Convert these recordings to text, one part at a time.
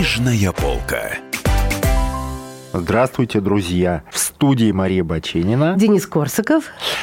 Книжная полка. Здравствуйте, друзья! В студии Мария Баченина, Денис Корсаков.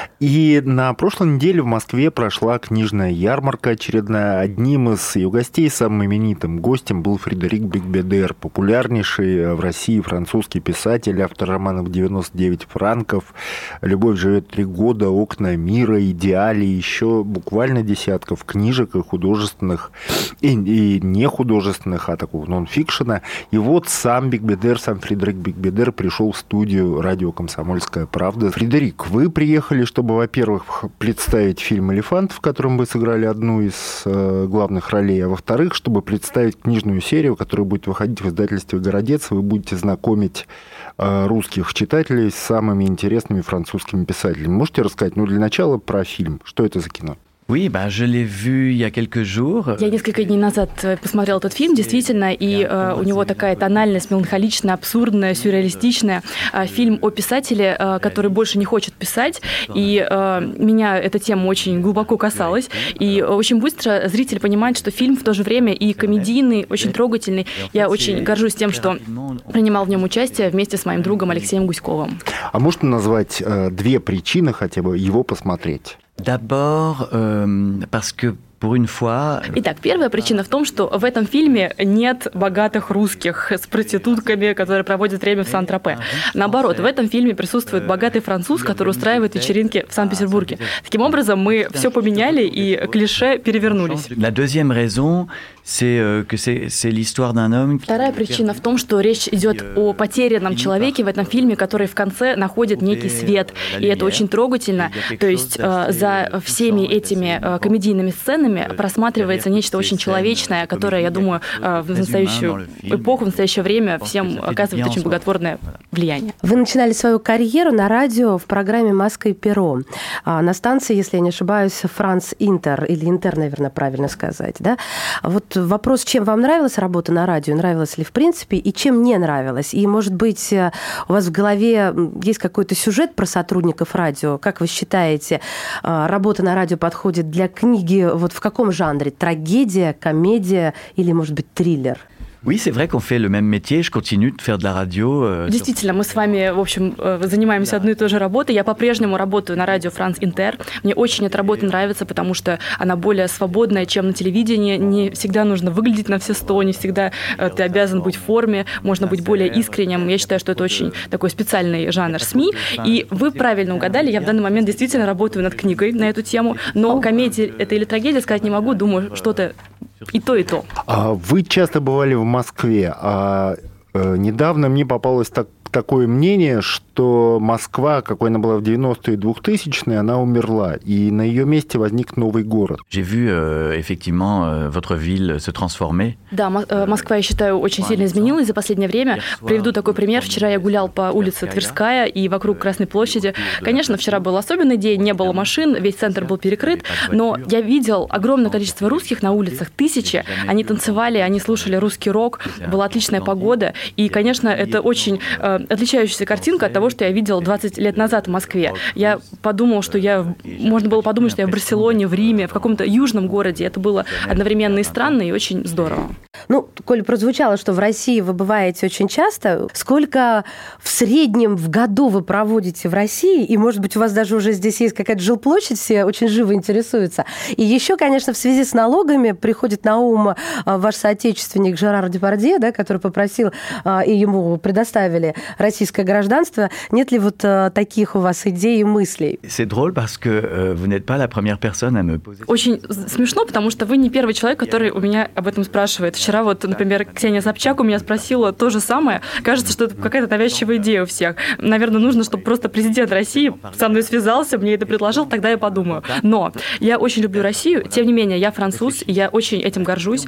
И на прошлой неделе в Москве прошла книжная ярмарка очередная. Одним из ее гостей, самым именитым гостем, был Фредерик Бигбедер, популярнейший в России французский писатель, автор романов «99 франков», «Любовь живет 3 года», «Окна мира», «Идеали», еще буквально десятков книжек и художественных, и нехудожественных, а такого нон-фикшена. И вот сам Бигбедер, сам Фредерик Бигбедер пришел в студию радио «Комсомольская правда». Фредерик, вы приехали, чтобы, во-первых, представить фильм «Элефант», в котором вы сыграли одну из главных ролей, а во-вторых, чтобы представить книжную серию, которая будет выходить в издательстве «Городец». Вы будете знакомить русских читателей с самыми интересными французскими писателями. Можете рассказать, для начала про фильм. Что это за кино? Oui, je l'ai vu il y a quelques jours. Я несколько дней назад посмотрел этот фильм, действительно, и у него такая тональность меланхоличная, абсурдная, сюрреалистичная. Фильм о писателе, который больше не хочет писать, и меня эта тема очень глубоко касалась. И очень быстро зритель понимает, что фильм в то же время и комедийный, очень трогательный. Я очень горжусь тем, что принимал в нем участие вместе с моим другом Алексеем Гуськовым. А можно назвать 2 причины хотя бы его посмотреть? D'abord, parce que pour une fois... Итак, первая причина в том, что в этом фильме нет богатых русских с проститутками, которые проводят время в Сан-Тропе. Наоборот, в этом фильме присутствует богатый француз, который устраивает вечеринки в Санкт-Петербурге. Таким образом, мы все поменяли и клише перевернулись. La deuxième raison, c'est que c'est l'histoire d'un homme... Вторая причина в том, что речь идет о потерянном человеке в этом фильме, который в конце находит некий свет. И это очень трогательно. То есть за всеми этими комедийными сценами просматривается нечто очень человечное, которое, я думаю, в настоящую эпоху, в настоящее время всем оказывает очень благотворное влияние. Вы начинали свою карьеру на радио в программе «Маска и перо». На станции, если я не ошибаюсь, «Франц Интер», или «Интер», наверное, правильно сказать, да? Вот вопрос, чем вам нравилась работа на радио, нравилась ли в принципе, и чем не нравилось? И, может быть, у вас в голове есть какой-то сюжет про сотрудников радио? Как вы считаете, работа на радио подходит для книги вот в каком жанре? Трагедия, комедия или, может быть, триллер? Oui, c'est vrai qu'on fait le même métier. Je continue de faire de la radio. Действительно, мы с вами, в общем, занимаемся одной и той же работой. Я по-прежнему работаю на радио «Франц Интер». Мне очень эта работа нравится, потому что она более свободная, чем на телевидении. Не всегда нужно выглядеть на все 100, не всегда ты обязан быть в форме, можно быть более искренним. Я считаю, что это очень такой специальный жанр СМИ. И вы правильно угадали, я в данный момент действительно работаю над книгой на эту тему. Но комедия это или трагедия, сказать не могу. Думаю, что-то и то, и то. Вы часто бывали в Москве, а недавно мне попалось такое мнение, что Москва, какой она была в 90-е и 2000-е, она умерла, и на ее месте возник новый город. J'ai vu, effectivement, votre ville se transformer. Да, Москва, я считаю, очень сильно изменилась за последнее время. Приведу такой пример. Вчера я гулял по улице Тверская и вокруг Красной площади. Конечно, вчера был особенный день, не было машин, весь центр был перекрыт, но я видел огромное количество русских на улицах, тысячи. Они танцевали, они слушали русский рок, была отличная погода, и, конечно, это очень отличающаяся картинка от того, что я видел 20 лет назад в Москве. Я подумал, что можно было подумать, что я в Барселоне, в Риме, в каком-то южном городе. Это было одновременно и странно, и очень здорово. Коль прозвучало, что в России вы бываете очень часто, сколько в среднем в году вы проводите в России? И, может быть, у вас даже уже здесь есть какая-то жилплощадь, все очень живо интересуются. И еще, конечно, в связи с налогами приходит на ум ваш соотечественник Жерар Депардье, да, который попросил, и ему предоставили российское гражданство. Нет ли вот таких у вас идей и мыслей? C'est drôle parce que vous n'êtes pas la première personne à me poser. Очень смешно, потому что вы не первый человек, который у меня об этом спрашивает. Вчера вот, например, Ксения Собчак у меня спросила то же самое. Кажется, что это какая-то навязчивая идея у всех. Наверное, нужно, чтобы просто президент России со мной связался, мне это предложил, тогда я подумаю. Но я очень люблю Россию, тем не менее, я француз, и я очень этим горжусь.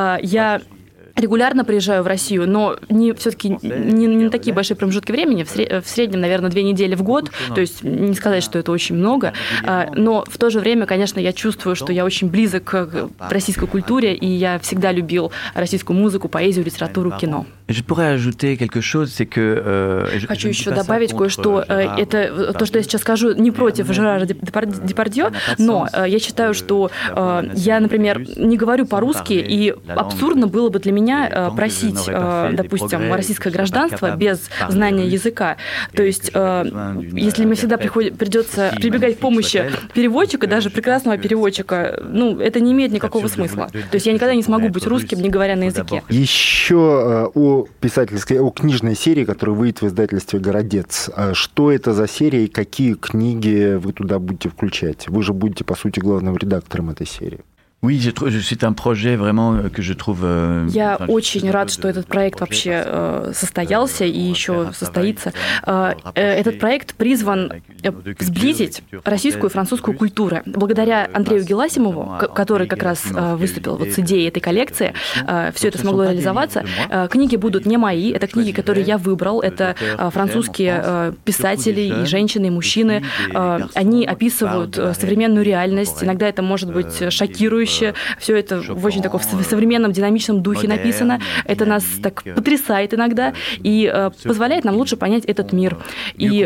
Я регулярно приезжаю в Россию, но все-таки не на такие большие промежутки времени, в среднем, наверное, 2 недели в год, то есть не сказать, что это очень много, но в то же время, конечно, я чувствую, что я очень близок к российской культуре, и я всегда любил российскую музыку, поэзию, литературу, кино. Je pourrais ajouter quelque chose, c'est que... Хочу еще добавить кое-что. Это то, что я сейчас скажу, не против Жерара Депардье, но я считаю, что я, например, не говорю по-русски, и абсурдно было бы для меня просить, допустим, российское гражданство без знания языка. То есть, если мне всегда придется прибегать к помощи переводчика, даже прекрасного переводчика, ну, это не имеет никакого смысла. То есть я никогда не смогу быть русским, не говоря на языке. Еще о книжной серии, которая выйдет в издательстве «Городец». Что это за серия и какие книги вы туда будете включать? Вы же будете, по сути, главным редактором этой серии. Oui, c'est un projet vraiment que je trouve... Я очень рад, что этот проект вообще состоялся и еще состоится. Этот проект призван сблизить российскую и французскую культуры. Благодаря Андрею Геласимову, который как раз выступил вот с идеей этой коллекции, все это смогло реализоваться. Книги будут не мои, это книги, которые я выбрал. Это французские писатели, и женщины, и мужчины. Они описывают современную реальность. Иногда это может быть шокирующе. Все это в очень таком современном, динамичном духе написано. Это нас так потрясает иногда и позволяет нам лучше понять этот мир. И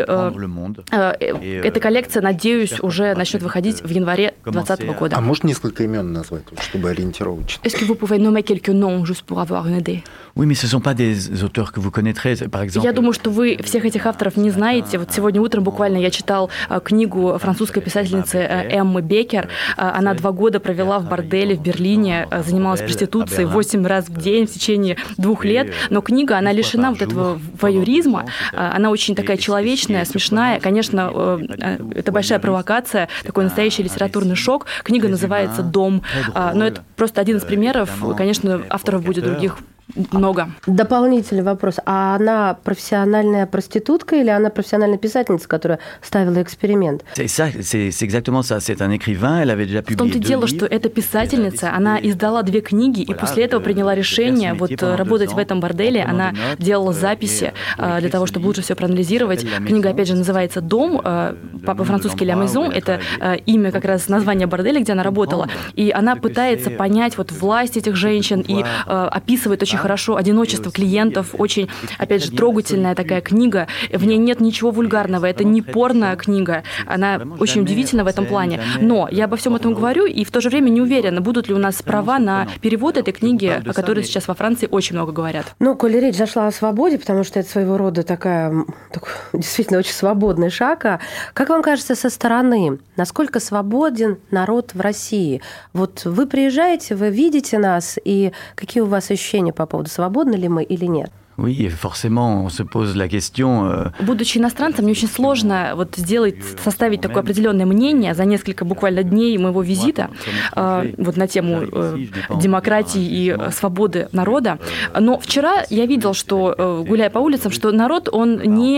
эта коллекция, надеюсь, уже начнет выходить в январе 2020 года. А можно несколько имен назвать, чтобы ориентировочно? Est-ce que vous pouvez nommer quelques noms, juste pour avoir une idée? Oui, mais ce ne sont pas des auteurs que vous connaîtrez, par exemple. Я думаю, что вы всех этих авторов не знаете. Вот сегодня утром буквально я читал книгу французской писательницы Эммы Беккер. Она 2 года провела в борделе в Берлине, занималась проституцией 8 раз в день в течение 2 лет. Но книга, она лишена вот этого воюризма. Она очень такая человечная, смешная. Конечно, это большая провокация, такой настоящий литературный шок. Книга называется «Дом». Но это просто один из примеров. Конечно, авторов будет других много. Дополнительный вопрос. А она профессиональная проститутка или она профессиональная писательница, которая ставила эксперимент? C'est exactement ça. C'est un écrivain. Elle avait déjà publié 2 livres. В том-то дело, что эта писательница, она издала 2 книги, и после этого приняла решение вот работать в этом борделе. Она делала записи для того, чтобы лучше все проанализировать. Книга, опять же, называется «Дом», по-французски «La Maison». Это имя, как раз название борделя, где она работала. И она пытается понять вот власть этих женщин и описывает очень хорошо одиночество клиентов. Очень, опять же, трогательная такая книга. В ней нет ничего вульгарного. Это не порно-книга. Она очень удивительна в этом плане. Но я обо всем этом говорю и в то же время не уверена, будут ли у нас права на перевод этой книги, о которой сейчас во Франции очень много говорят. Ну, коли речь зашла о свободе, потому что это своего рода такой действительно очень свободный шаг. А как вам кажется со стороны, насколько свободен народ в России? Вот вы приезжаете, вы видите нас, и какие у вас ощущения по поводу, свободны ли мы или нет? Oui, forcément, on se pose la question. Будучи иностранцем, мне очень сложно вот составить такое определенное мнение за несколько буквально дней моего визита вот на тему демократии и свободы народа. Но вчера я видел, что, гуляя по улицам, что народ, он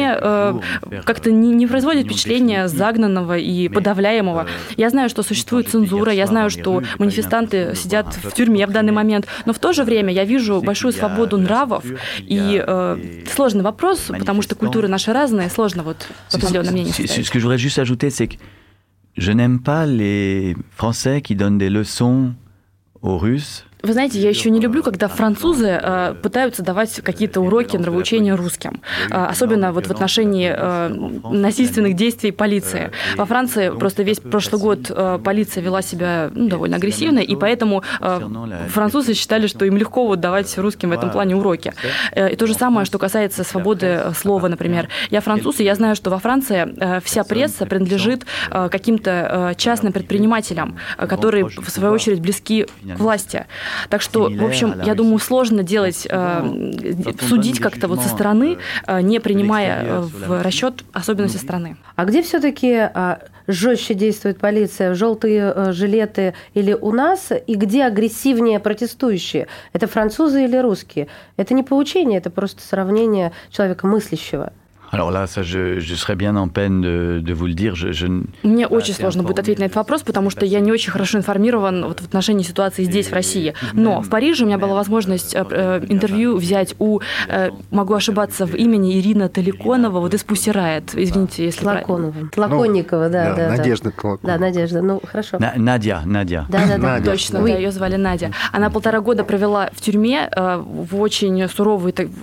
как-то не производит впечатления загнанного и подавляемого. Я знаю, что существует цензура, я знаю, что манифестанты сидят в тюрьме в данный момент, но в то же время я вижу большую свободу нравов. И сложный вопрос, потому что культуры наши разные, сложно вот определенное мнение составить. Ce que je voudrais juste ajouter, c'est que je n'aime pas les Français qui donnent des leçons aux Russes. Вы знаете, я еще не люблю, когда французы пытаются давать какие-то уроки нравоучения русским, особенно вот в отношении насильственных действий полиции. Во Франции просто весь прошлый год полиция вела себя довольно агрессивно, и поэтому французы считали, что им легко вот давать русским в этом плане уроки. И то же самое, что касается свободы слова, например. Я француз, и я знаю, что во Франции вся пресса принадлежит каким-то частным предпринимателям, которые, в свою очередь, близки к власти. Так что, в общем, я думаю, сложно судить как-то вот со стороны, не принимая в расчет особенности страны. А где все-таки жестче действует полиция? Желтые жилеты или у нас? И где агрессивнее протестующие? Это французы или русские? Это не поучение, это просто сравнение человека мыслящего. Alors là, ça, je serais bien en peine de vous le dire. Мне очень сложно будет ответить на этот вопрос, потому что я не очень хорошо информирован вот в отношении ситуации здесь, в России. Но в Париже у меня была возможность интервью взять у, могу ошибаться в имени, Ирина Таликонова, вот из Pussy Riot, извините, если Тлаконова. Тлаконникова, да. Надежда Тлаконова. Да, Надежда, ну хорошо. Надя. Да, точно, да, ее звали Надя. Она 1,5 года провела в тюрьме в очень суровой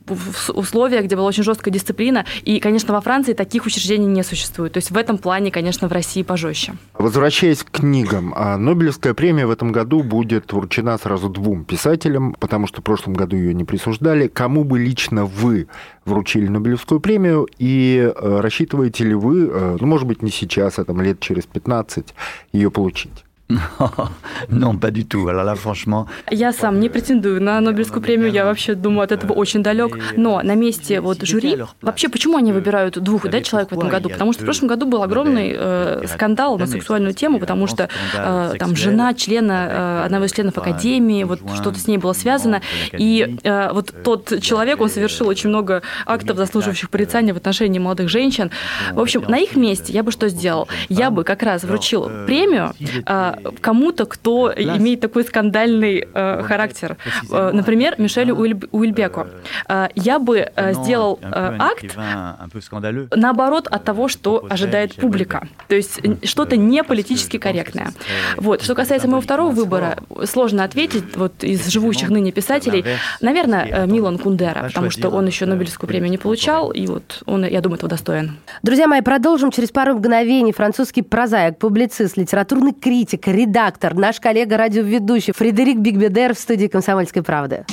в условиях, где была очень жесткая дисциплина. И, конечно, во Франции таких учреждений не существует. То есть в этом плане, конечно, в России пожестче. Возвращаясь к книгам, Нобелевская премия в этом году будет вручена сразу 2 писателям, потому что в прошлом году ее не присуждали. Кому бы лично вы вручили Нобелевскую премию, и рассчитываете ли вы, может быть, не сейчас, а там лет через 15, ее получить? Non, pas du tout. Alors là, franchement... Я сам не претендую на Нобелевскую премию, я вообще думаю, от этого очень далек. Но на месте жюри... Вообще, почему они выбирают 2 человек в этом году? Потому что в прошлом году был огромный скандал на сексуальную тему, потому что там жена члена, одного из членов Академии, что-то с ней было связано. И тот человек, он совершил очень много актов, заслуживающих порицания в отношении молодых женщин. В общем, на их месте я бы что сделал? Я бы как раз вручил премию кому-то, кто имеет такой скандальный характер. Например, Мишелю Уильбеку. Я бы сделал акт наоборот от того, что ожидает публика. То есть что-то не политически корректное. Что касается моего второго выбора, сложно ответить. Из живущих ныне писателей, наверное, Милан Кундера, потому что он еще Нобелевскую премию не получал, и он, я думаю, этого достоин. Друзья мои, продолжим через пару мгновений. Французский прозаик, публицист, литературный критик, редактор, наш коллега-радиоведущий Фредерик Бигбедер в студии «Комсомольской правды».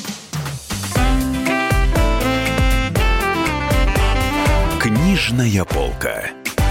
Книжная полка.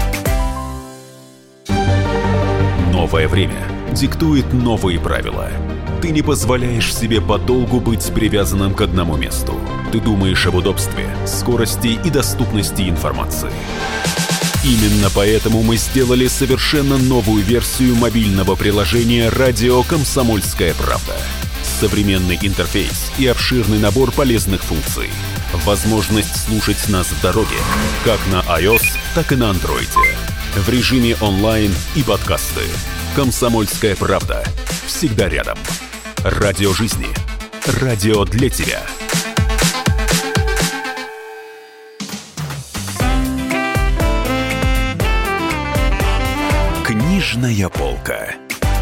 Новое время диктует новые правила. Ты не позволяешь себе подолгу быть привязанным к одному месту. Ты думаешь об удобстве, скорости и доступности информации. Именно поэтому мы сделали совершенно новую версию мобильного приложения «Радио Комсомольская правда». Современный интерфейс и обширный набор полезных функций. Возможность слушать нас в дороге, как на iOS, так и на Android. В режиме онлайн и подкасты. «Комсомольская правда». Всегда рядом. Радио жизни. Радио для тебя. Книжная полка.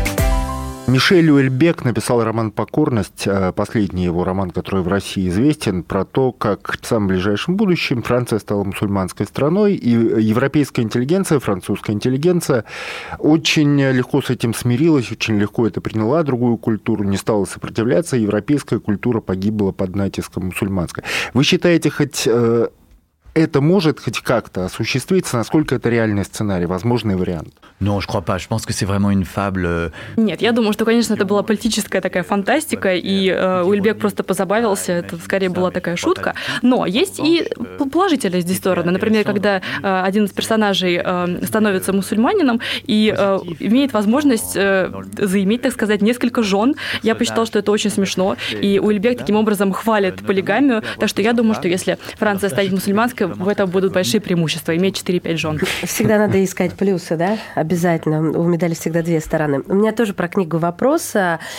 Мишель Уильбек написал роман «Покорность», последний его роман, который в России известен, про то, как в самом ближайшем будущем Франция стала мусульманской страной, и европейская интеллигенция, французская интеллигенция очень легко с этим смирилась, очень легко это приняла, другую культуру, не стала сопротивляться, европейская культура погибла под натиском мусульманской. Вы считаете, хоть это может хоть как-то осуществиться? Насколько это реальный сценарий, возможный вариант? Non, je crois pas. Je pense que c'est vraiment une fable. Нет, я думаю, что, конечно, это была политическая такая фантастика, и Уильбек просто позабавился, это скорее была такая шутка. Но есть и положительные здесь стороны. Например, когда один из персонажей становится мусульманином и имеет возможность заиметь, так сказать, несколько жен. Я посчитала, что это очень смешно, и Уильбек таким образом хвалит полигамию, так что я думаю, что если Франция станет мусульманской, в этом будут большие преимущества, иметь 4-5 жен. Всегда надо искать плюсы, да? Обязательно. У медали всегда 2 стороны. У меня тоже про книгу вопрос.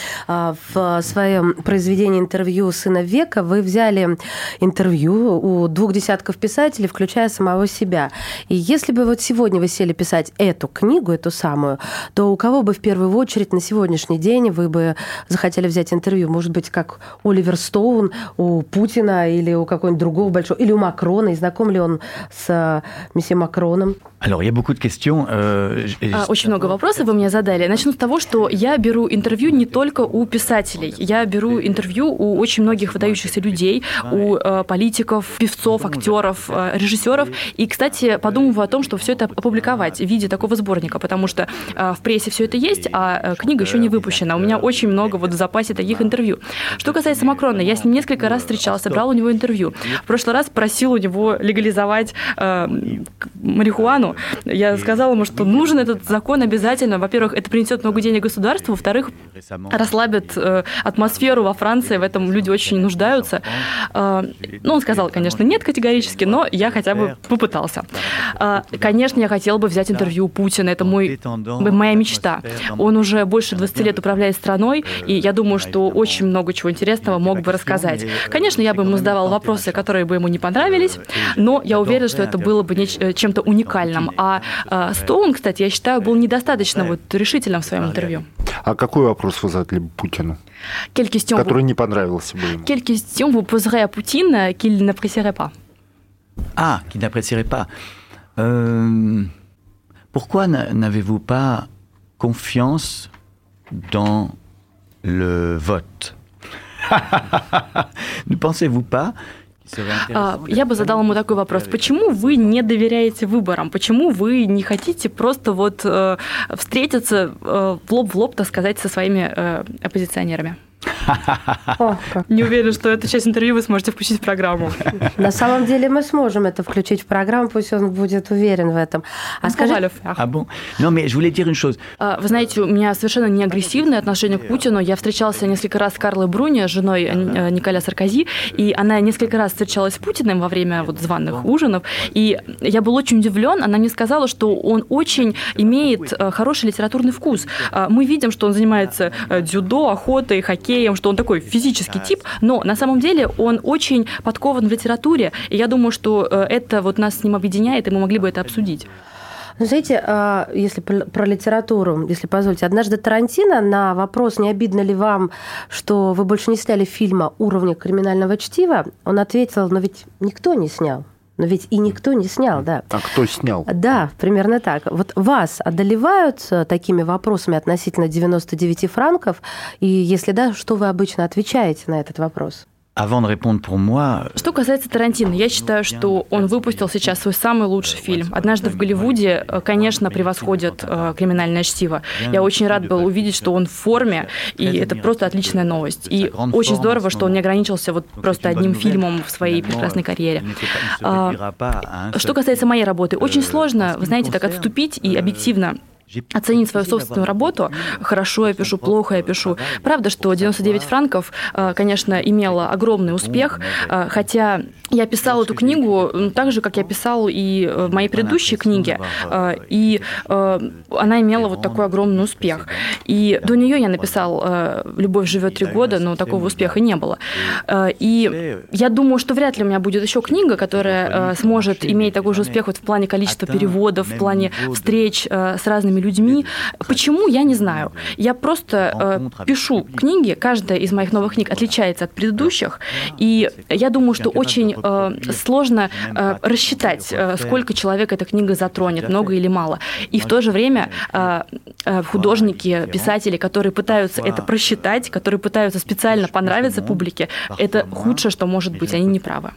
В своем произведении «Интервью сына века» вы взяли интервью у 2 десятков писателей, включая самого себя. И если бы сегодня вы сели писать эту книгу, эту самую, то у кого бы в первую очередь на сегодняшний день вы бы захотели взять интервью? Может быть, как Оливер Стоун, у Путина или у какого-нибудь другого большого, или у Макрона, и знаком ли он с месье Макроном? Alors, il y a beaucoup de questions. Очень много вопросов вы мне задали. Начну с того, что я беру интервью не только у писателей. Я беру интервью у очень многих выдающихся людей, у политиков, певцов, актеров, режиссеров. И, кстати, подумываю о том, что все это опубликовать в виде такого сборника, потому что в прессе все это есть, а книга еще не выпущена. У меня очень много в запасе таких интервью. Что касается Макрона, я с ним несколько раз встречалась, брала у него интервью. В прошлый раз просила у него легализовать марихуану. Я сказала ему, что нужен этот закон обязательно. Во-первых, это принесет много денег государству, во-вторых, расслабит атмосферу во Франции, в этом люди очень нуждаются. Он сказал, конечно, нет категорически, но я хотя бы попытался. Конечно, я хотела бы взять интервью у Путина, это моя мечта. Он уже больше 20 лет управляет страной, и я думаю, что очень много чего интересного мог бы рассказать. Конечно, я бы ему задавала вопросы, которые бы ему не понравились, но я уверена, что это было бы чем-то уникальным. А Стоун, кстати, я считаю, был недостаточно решительным в своем интервью. А какой вопрос вы задали Путину, который не понравился бы ему? Quelle question vous poserez à Poutine qu'il n'apprécierait pas? Ah, qu'il n'apprécierait pas. Pourquoi n'avez-vous pas confiance dans le vote? Ne pensez-vous pas? Я бы задала ему такой вопрос. Почему вы не доверяете выборам? Почему вы не хотите просто встретиться лоб в лоб, так сказать, со своими оппозиционерами? Не уверена, что эту часть интервью вы сможете включить в программу. На самом деле мы сможем это включить в программу, пусть он будет уверен в этом. Вы знаете, у меня совершенно не агрессивное отношение к Путину. Я встречался несколько раз с Карлой Бруни, женой Николя Саркози, и она несколько раз встречалась с Путиным во время званых ужинов, и я был очень удивлен. Она мне сказала, что он очень имеет хороший литературный вкус. Мы видим, что он занимается дзюдо, охотой, хоккеем, что он такой физический тип, но на самом деле он очень подкован в литературе, и я думаю, что это нас с ним объединяет, и мы могли бы это обсудить. Ну, знаете, если про литературу, если позволите, однажды Тарантино на вопрос, не обидно ли вам, что вы больше не сняли фильма уровня криминального чтива, он ответил, но ведь никто не снял. Но ведь и никто не снял, да. А кто снял? Да, примерно так. Вот вас одолевают такими вопросами относительно 99 франков? И если да, что вы обычно отвечаете на этот вопрос? Что касается Тарантино, я считаю, что он выпустил сейчас свой самый лучший фильм. «Однажды в Голливуде», конечно, превосходит «Криминальное чтиво». Я очень рад был увидеть, что он в форме, и это просто отличная новость. И очень здорово, что он не ограничился просто одним фильмом в своей прекрасной карьере. Что касается моей работы, очень сложно, вы знаете, так отступить и объективно оценить свою собственную работу. Хорошо я пишу, плохо я пишу. Правда, что 99 франков, конечно, имела огромный успех, хотя я писала эту книгу так же, как я писал и в моей предыдущей книге, и она имела такой огромный успех. И до нее я написал «Любовь живет 3 года», но такого успеха не было. И я думаю, что вряд ли у меня будет еще книга, которая сможет иметь такой же успех в плане количества переводов, в плане встреч с разными людьми. Почему, я не знаю. Я просто пишу книги, каждая из моих новых книг отличается от предыдущих, и я думаю, что очень сложно рассчитать, сколько человек эта книга затронет, много или мало. И в то же время художники, писатели, которые пытаются это просчитать, которые пытаются специально понравиться публике, это худшее, что может быть, они не правы.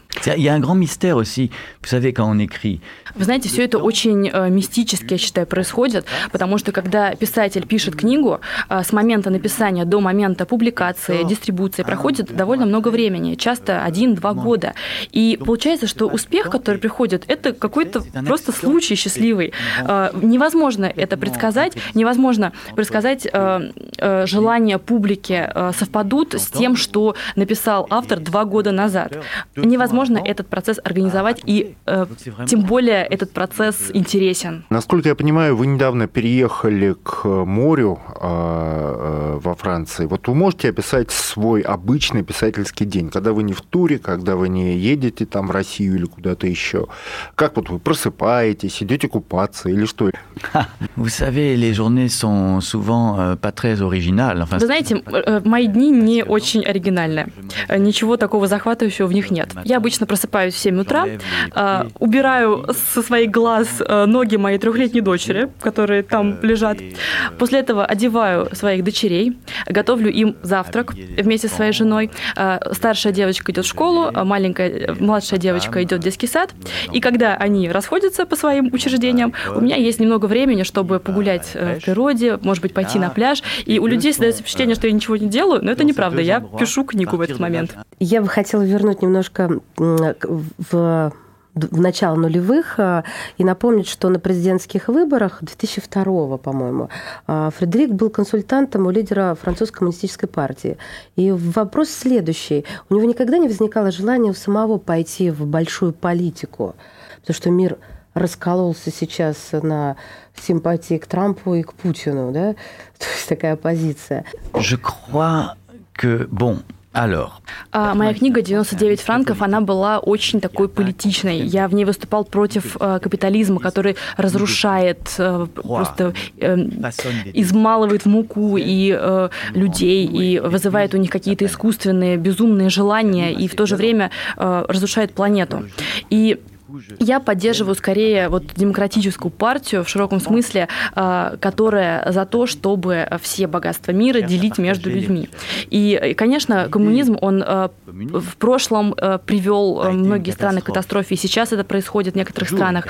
Вы знаете, все это очень мистически, я считаю, происходит, потому что когда писатель пишет книгу, с момента написания до момента публикации, дистрибуции проходит довольно много времени, часто 1-2 года. И получается, что успех, который приходит, это какой-то просто случай счастливый. Невозможно это предсказать, невозможно предсказать, желания публики совпадут с тем, что написал автор 2 года назад. Невозможно этот процесс организовать, и тем более этот процесс интересен. Насколько я понимаю, вы недавно переехали к морю во Франции. Вот вы можете описать свой обычный писательский день, когда вы не в туре, когда вы не едете там в Россию или куда-то еще. Как вы просыпаетесь, идете купаться или что? Вы savez, les journées sont souvent pas très originales. Вы знаете, мои дни не очень оригинальные. Ничего такого захватывающего в них нет. Я обычно просыпаюсь в 7 утра, убираю со своих глаз ноги моей 3-летней дочери, которые там лежат. После этого одеваю своих дочерей, готовлю им завтрак вместе со своей женой. Старшая девочка идет в школу, младшая девочка идет в детский сад. И когда они расходятся по своим учреждениям, у меня есть немного времени, чтобы погулять в природе, может быть, пойти на пляж. И у людей создается впечатление, что я ничего не делаю, но это неправда. Я пишу книгу в этот момент. Я бы хотела вернуть немножко в начало нулевых и напомнить, что на президентских выборах 2002, по-моему, Фредерик был консультантом у лидера французской коммунистической партии. И вопрос следующий. У него никогда не возникало желания у самого пойти в большую политику, потому что мир раскололся сейчас на симпатии к Трампу и к Путину, да? То есть такая позиция. Je crois que, bon, Моя книга «99 франков», она была очень такой политичной. Я в ней выступал против капитализма, который разрушает, просто измалывает в муку и людей, и вызывает у них какие-то искусственные, безумные желания, и в то же время разрушает планету. И я поддерживаю скорее вот демократическую партию в широком смысле, которая за то, чтобы все богатства мира делить между людьми. И, конечно, коммунизм, он в прошлом привел многие страны к катастрофе, и сейчас это происходит в некоторых странах.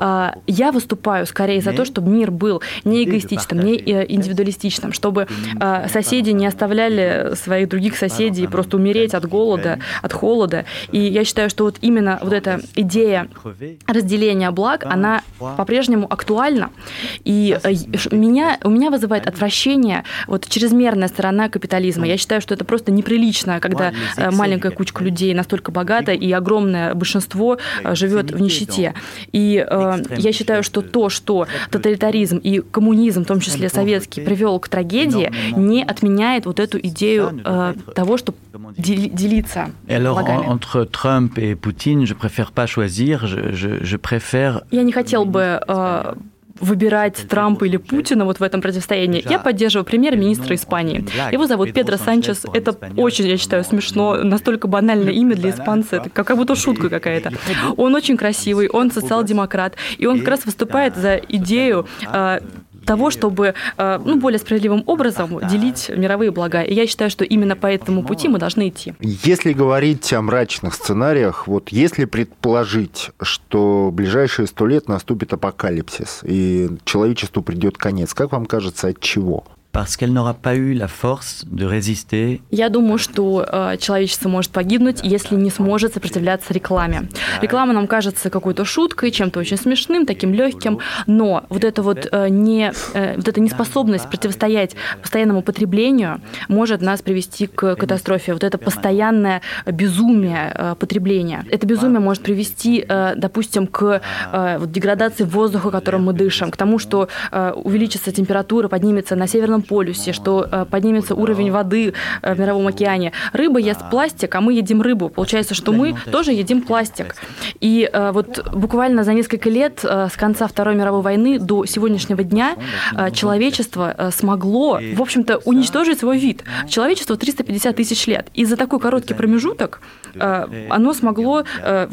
Я выступаю скорее за то, чтобы мир был не эгоистичным, не индивидуалистичным, чтобы соседи не оставляли своих других соседей просто умереть от голода, от холода. И я считаю, что вот именно вот эта идея разделения благ, она по-прежнему актуальна. И у меня вызывает отвращение вот чрезмерная сторона капитализма. Я считаю, что это просто неприлично, когда маленькая кучка людей настолько богата, и огромное большинство живет в нищете. И я считаю, что то, что тоталитаризм и коммунизм, в том числе советский, привел к трагедии, не отменяет вот эту идею того, чтобы делиться благами. Entre Trump et Poutine, je préfère pas choisir. Je préfère... Я не хотел бы выбирать Трампа или Путина вот в этом противостоянии. Я поддерживаю премьер-министра Испании. Его зовут Педро Санчес. Это очень, я считаю, смешно. Настолько банальное имя для испанца. Это как будто шутка какая-то. Он очень красивый, он социал-демократ. И он как раз выступает за идею того, чтобы более справедливым образом делить мировые блага. И я считаю, что именно по этому пути мы должны идти. Если говорить о мрачных сценариях, вот если предположить, что в ближайшие 100 лет наступит апокалипсис, и человечеству придет конец, как вам кажется, от чего? Parce qu'elle n'aura pas eu la force de résister. Я думаю, что человечество может погибнуть, если не сможет сопротивляться рекламе. Реклама нам кажется какой-то шуткой, чем-то очень смешным, таким легким, но вот эта неспособность противостоять постоянному потреблению может нас привести к катастрофе. Вот это постоянное безумие потребления. Это безумие может привести, допустим, к деградации воздуха, которым мы дышим, к тому, что увеличится температура, поднимется на Северном полюсе, что поднимется уровень воды в Мировом океане. Рыба ест пластик, а мы едим рыбу. Получается, что мы тоже едим пластик. И вот буквально за несколько лет с конца Второй мировой войны до сегодняшнего дня человечество смогло, в общем-то, уничтожить свой вид. Человечество 350 тысяч лет. И за такой короткий промежуток оно смогло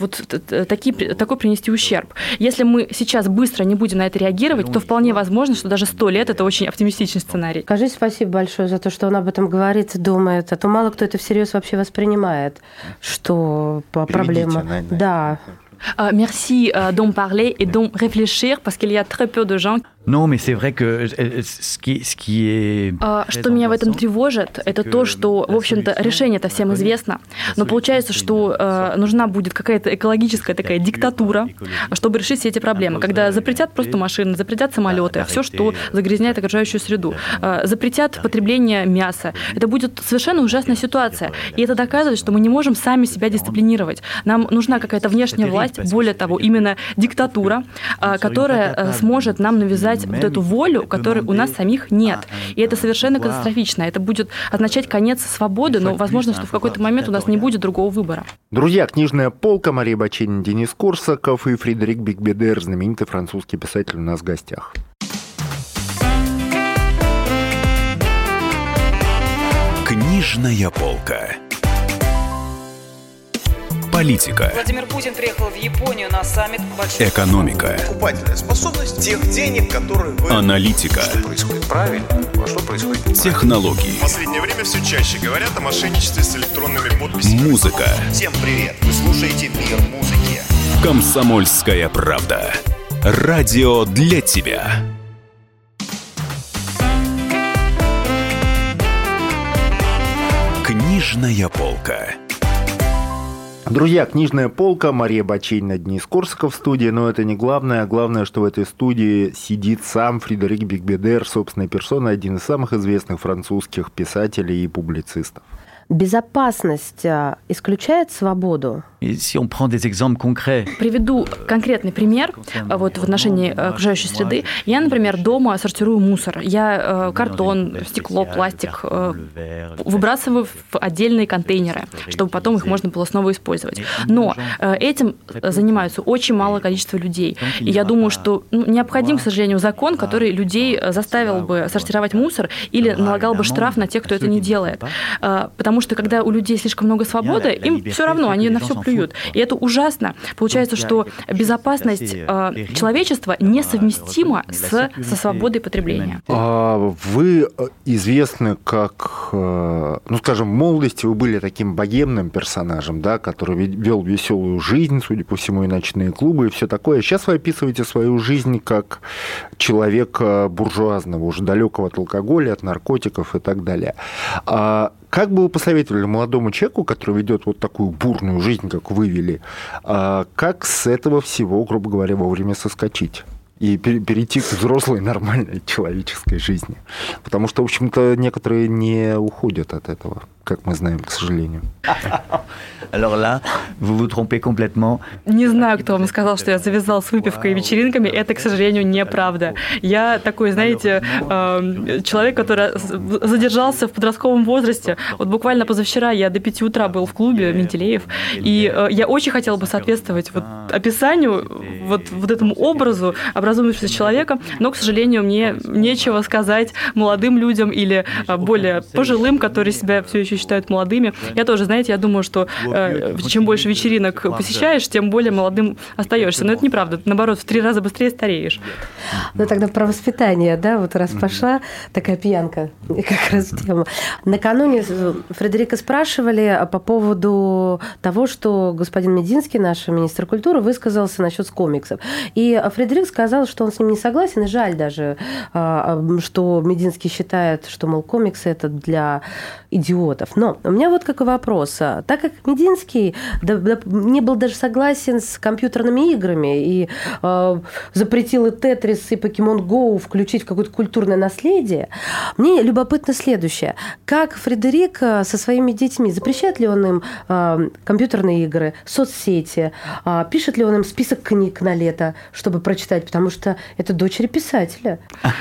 такой принести ущерб. Если мы сейчас быстро не будем на это реагировать, то вполне возможно, что даже 100 лет – это очень оптимистичный сценарий. Скажите спасибо большое за то, что он об этом говорит и думает. А то мало кто это всерьез вообще воспринимает, что проблема... Да. Merci d'en parler et d'en réfléchir, parce qu'il y a très peu de gens. Non, mais c'est vrai que ce qui est... Что меня в этом тревожит, это то, что, в общем-то, решение-то всем известно, но получается, что нужна будет какая-то экологическая такая диктатура, чтобы решить все эти проблемы, когда запретят просто машины, запретят самолеты, все, что загрязняет окружающую среду, запретят потребление мяса. Это будет совершенно ужасная ситуация, и это доказывает, что мы не можем сами себя дисциплинировать. Нам нужна какая-то внешняя власть, более того, именно диктатура, которая сможет нам навязать вот эту волю, которой у нас самих нет. И это совершенно катастрофично. Это будет означать конец свободы, но возможно, что в какой-то момент у нас не будет другого выбора. Друзья, книжная полка, Мария Баченина, Денис Корсаков и Фредерик Бигбедер, знаменитый французский писатель, у нас в гостях. Книжная полка. Политика. Владимир Путин приехал в Японию на саммит большой... Экономика. Покупательная способность тех денег, которые вы... Аналитика. Что происходит правильно, а что происходит неправильно. Технологии. В последнее время все чаще говорят о мошенничестве с электронными подписями. Музыка. Всем привет! Вы слушаете «Мир музыки». Комсомольская правда. Радио для тебя. Книжная полка. Друзья, книжная полка, Мария Баченина, Денис Корсаков в студии, но это не главное. Главное, что в этой студии сидит сам Фредерик Бигбедер, собственной персоной, один из самых известных французских писателей и публицистов. Безопасность исключает свободу? Приведу конкретный пример вот в отношении окружающей среды. Я, например, дома сортирую мусор. Я картон, стекло, пластик выбрасываю в отдельные контейнеры, чтобы потом их можно было снова использовать. Но этим занимаются очень малое количество людей. И я думаю, что необходим, к сожалению, закон, который людей заставил бы сортировать мусор или налагал бы штраф на тех, кто это не делает. Потому что когда у людей слишком много свободы, им все равно, они на все плюют. И это ужасно. Получается, что безопасность человечества несовместима со свободой потребления. Вы известны как, скажем, в молодости вы были таким богемным персонажем, да, который вел веселую жизнь, судя по всему, и ночные клубы, и все такое. Сейчас вы описываете свою жизнь как человека буржуазного, уже далекого от алкоголя, от наркотиков и так далее. Как бы вы посоветовали молодому человеку, который ведет вот такую бурную жизнь, как вы вели, как с этого всего, грубо говоря, вовремя соскочить и перейти к взрослой, нормальной человеческой жизни? Потому что, в общем-то, некоторые не уходят от этого, как мы знаем, к сожалению. Alors là, vous vous trompez complètement. Не знаю, кто вам сказал, что я завязал с выпивкой и вечеринками. Это, к сожалению, неправда. Я такой, знаете, человек, который задержался в подростковом возрасте. Вот буквально позавчера я до 5 утра был в клубе Менделеев, и я очень хотела бы соответствовать вот описанию, вот этому образу образумившегося человека, но, к сожалению, мне нечего сказать молодым людям или более пожилым, которые себя все еще считают молодыми. Я тоже, знаете, я думаю, что чем больше вечеринок посещаешь, тем более молодым остаешься. Но это неправда. Наоборот, в 3 раза быстрее стареешь. Ну, тогда про воспитание, да, вот раз пошла такая пьянка, как раз тема. Накануне Фредерика спрашивали по поводу того, что господин Мединский, наш министр культуры, высказался насчет комиксов. И Фредерик сказал, что он с ним не согласен, и жаль даже, что Мединский считает, что, мол, комиксы – это для идиотов. Но у меня вот какой вопрос. Так как Мединский не был даже согласен с компьютерными играми и запретил и Тетрис, и Покемон Go включить в какое-то культурное наследие, мне любопытно следующее. Как Фредерик со своими детьми, запрещает ли он им компьютерные игры, соцсети, пишет ли он им список книг на лето, чтобы прочитать, потому что это дочери писателя?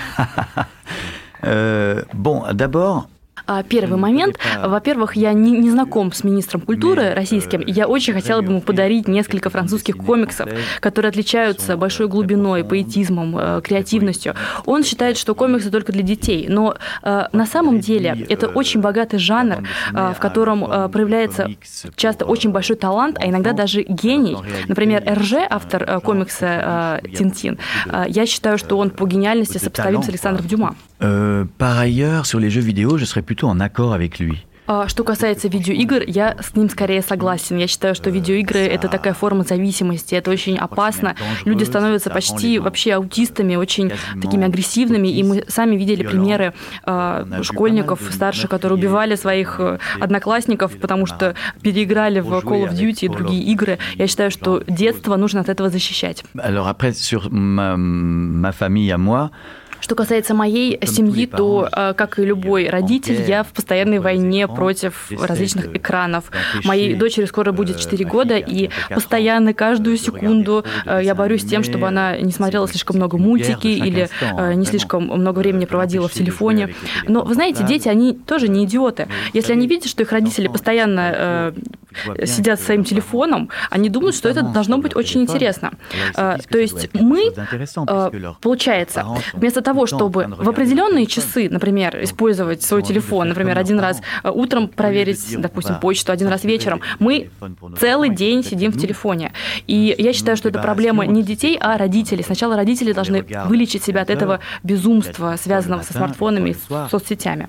Bon, d'abord, Первый момент. Во-первых, я не знаком с министром культуры российским, и я очень хотела бы ему подарить несколько французских комиксов, которые отличаются большой глубиной, поэтизмом, креативностью. Он считает, что комиксы только для детей, но на самом деле это очень богатый жанр, в котором проявляется часто очень большой талант, а иногда даже гений. Например, Эрже, автор комикса «Тинтин», я считаю, что он по гениальности сопоставим с Александром Дюма. Par ailleurs, sur les jeux vidéo, je serais plutôt en accord avec lui. Что касается видеоигр, я с ним скорее согласен. Я считаю, что видеоигры – это такая форма зависимости, это очень опасно. Люди становятся почти вообще аутистами, очень такими агрессивными, и мы сами видели примеры школьников старших, которые убивали своих одноклассников, потому что переиграли в Call of Duty и другие игры. Я считаю, что детство нужно от этого защищать. Alors après, sur ma famille à moi, Что касается моей семьи, то, как и любой родитель, я в постоянной войне против различных экранов. Моей дочери скоро будет 4 года, и постоянно, каждую секунду я борюсь с тем, чтобы она не смотрела слишком много мультики или не слишком много времени проводила в телефоне. Но, вы знаете, дети, они тоже не идиоты. Если они видят, что их родители постоянно сидят с своим телефоном, они думают, что это должно быть очень интересно. То есть мы, получается, вместо того, чтобы в определенные часы, например, использовать свой телефон, например, один раз утром проверить, допустим, почту, один раз вечером, мы целый день сидим в телефоне. И я считаю, что это проблема не детей, а родителей. Сначала родители должны вылечить себя от этого безумства, связанного со смартфонами и с соцсетями.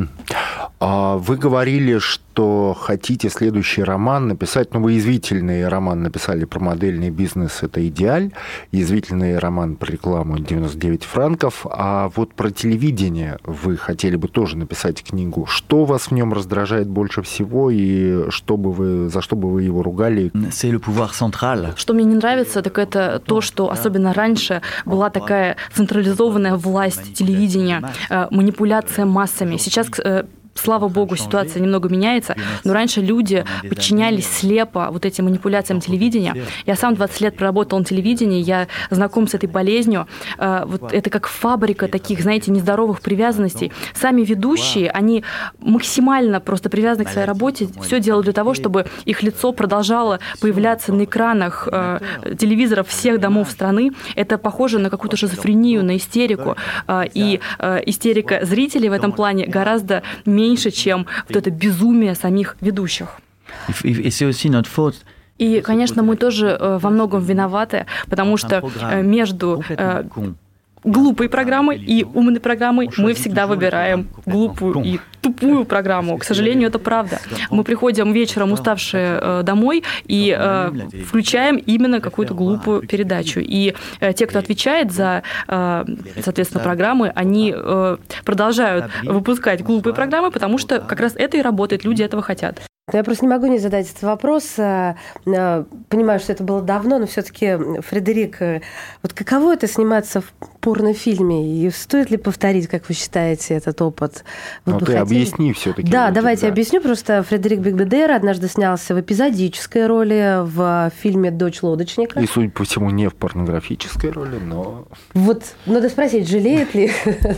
Вы говорили, что хотите следующий роман написать, вы язвительный роман написали про модельный бизнес «Это идеаль», язвительный роман про рекламу «99 франков», а вот про телевидение вы хотели бы тоже написать книгу. Что вас в нем раздражает больше всего и за что бы вы его ругали? Что мне не нравится, так это то, что особенно раньше была такая централизованная власть телевидения, манипуляция массами. Сейчас слава богу, ситуация немного меняется, но раньше люди подчинялись слепо вот этим манипуляциям телевидения. Я сам 20 лет проработал на телевидении, я знаком с этой болезнью. Вот это как фабрика таких, знаете, нездоровых привязанностей. Сами ведущие, они максимально просто привязаны к своей работе, все делают для того, чтобы их лицо продолжало появляться на экранах телевизоров всех домов страны. Это похоже на какую-то шизофрению, на истерику. И истерика зрителей в этом плане гораздо меньше, чем вот это безумие самих ведущих. И, конечно, мы тоже во многом виноваты, потому что между глупой программой и умной программой мы всегда выбираем глупую и тупую программу. К сожалению, это правда. Мы приходим вечером уставшие домой и включаем именно какую-то глупую передачу. И те, кто отвечает за, соответственно, программы, они продолжают выпускать глупые программы, потому что как раз это и работает, люди этого хотят. Я просто не могу не задать этот вопрос. Понимаю, что это было давно, но все-таки, Фредерик, вот каково это сниматься в порнофильме? И стоит ли повторить, как вы считаете, этот опыт? Ну, ты объясни все-таки. Да, давайте объясню. Просто Фредерик Бигбедер однажды снялся в эпизодической роли в фильме «Дочь лодочника». И, судя по всему, не в порнографической роли, но... Вот, надо спросить, жалеет ли?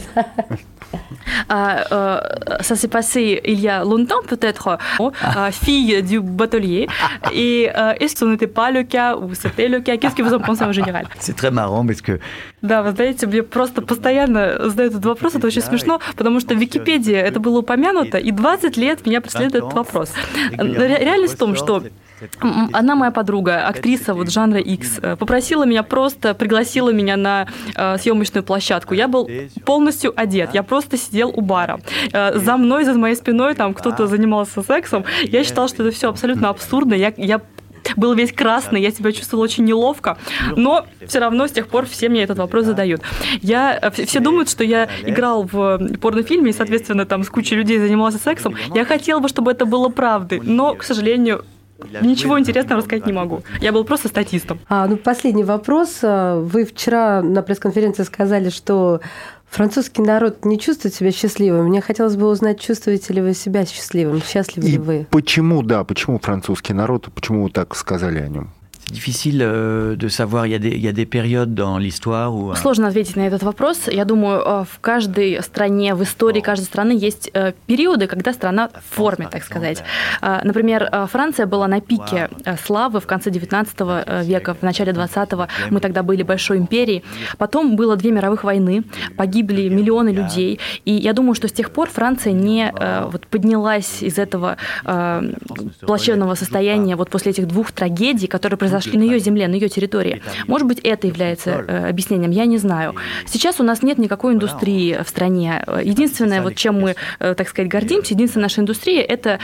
Ça s'est passé il y a longtemps peut-être, fille du batelier. Et est-ce que ce n'était pas le cas ou c'était le cas? Qu'est-ce que vous en pensez en général? C'est très marrant parce que... Да, вы знаете, мне просто постоянно задают этот вопрос, это очень смешно, потому что в Википедии это было упомянуто, и 20 лет меня преследует этот вопрос. Реальность в том, что одна моя подруга, актриса вот жанра X, попросила меня просто, пригласила меня на съемочную площадку. Я был полностью одет, я просто сидел у бара. За мной, за моей спиной там кто-то занимался сексом. Я считала, что это все абсолютно абсурдно. Я был весь красный, я себя чувствовала очень неловко, но все равно с тех пор все мне этот вопрос задают. Все думают, что я играл в порнофильме и, соответственно, там с кучей людей занимался сексом. Я хотела бы, чтобы это было правдой, но, к сожалению, ничего интересного рассказать не могу. Я был просто статистом. Последний вопрос. Вы вчера на пресс-конференции сказали, что французский народ не чувствует себя счастливым. Мне хотелось бы узнать, чувствуете ли вы себя счастливым, счастливы ли вы? Почему французский народ, почему вы так сказали о нем? Difficile de savoir, il y a des périodes dans l'histoire où... Сложно ответить на этот вопрос. Я думаю, в каждой стране, в истории каждой страны есть периоды, когда страна в форме, так сказать. Например, Франция была на пике славы в конце 19 века, в начале 20-го. Мы тогда были большой империей. Потом было 2 мировых войны, погибли миллионы людей. И я думаю, что с тех пор Франция не поднялась из этого плачевного состояния после этих 2 трагедий, которые произошли на ее земле, на ее территории. Может быть, это является объяснением, я не знаю. Сейчас у нас нет никакой индустрии в стране. Единственное, чем мы, так сказать, гордимся, единственная наша индустрия – это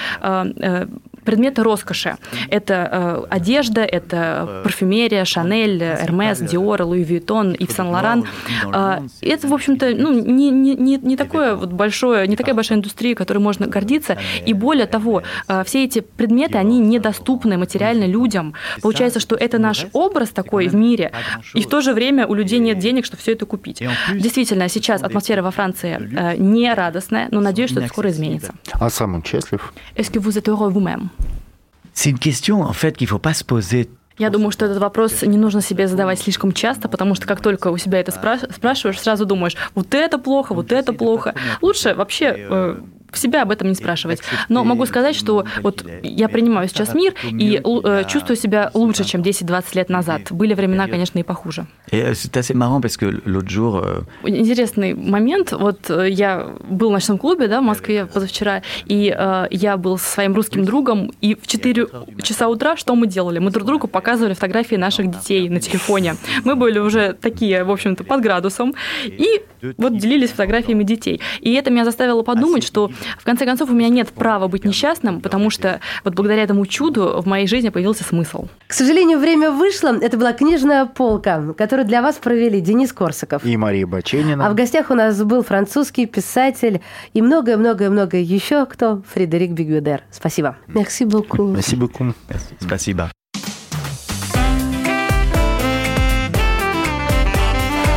предметы роскоши. Это одежда, это парфюмерия, Шанель, Эрмес, Диор, Луи Виттон, Ив Сен-Лоран. Это, в общем-то, не такое большое, не такая большая индустрия, которой можно гордиться. И более того, все эти предметы, они недоступны материально людям. Получается, что это наш образ такой в мире, и в то же время у людей нет денег, чтобы все это купить. Действительно, сейчас атмосфера во Франции не радостная, но надеюсь, что это скоро изменится. А сам он счастлив? Est-ce que vous êtes heureux vous-même? C'est une question, en fait, qu'il faut pas se poser. Я думаю, что этот вопрос не нужно себе задавать слишком часто, потому что как только у себя это спрашиваешь, сразу думаешь, вот это плохо, вот это плохо. Лучше вообще себя об этом не спрашивать. Но могу сказать, что я принимаю сейчас мир и чувствую себя лучше, чем 10-20 лет назад. Были времена, конечно, и похуже. Интересный момент. Я был в ночном клубе, в Москве позавчера, и я был со своим русским другом, и в 4 часа утра что мы делали? Мы друг другу показывали фотографии наших детей на телефоне. Мы были уже такие, в общем-то, под градусом, и делились фотографиями детей. И это меня заставило подумать, что в конце концов у меня нет права быть несчастным, потому что благодаря этому чуду в моей жизни появился смысл. К сожалению, время вышло. Это была «Книжная полка», которую для вас провели Денис Корсаков и Мария Баченина. А в гостях у нас был французский писатель и многое-многое-многое еще кто? Фредерик Бигбедер. Спасибо. Merci beaucoup. Merci beaucoup. Спасибо.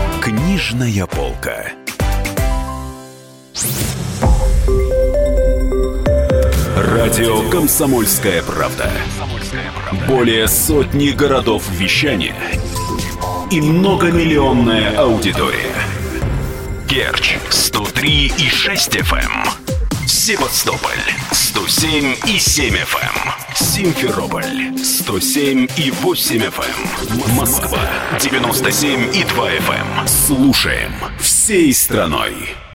Книжная полка. Радио «Комсомольская правда». Более сотни городов вещания и многомиллионная аудитория. Керчь 103,6 FM. Севастополь 107,7 FM. Симферополь 107,8 FM. Москва 97,2 FM. Слушаем всей страной.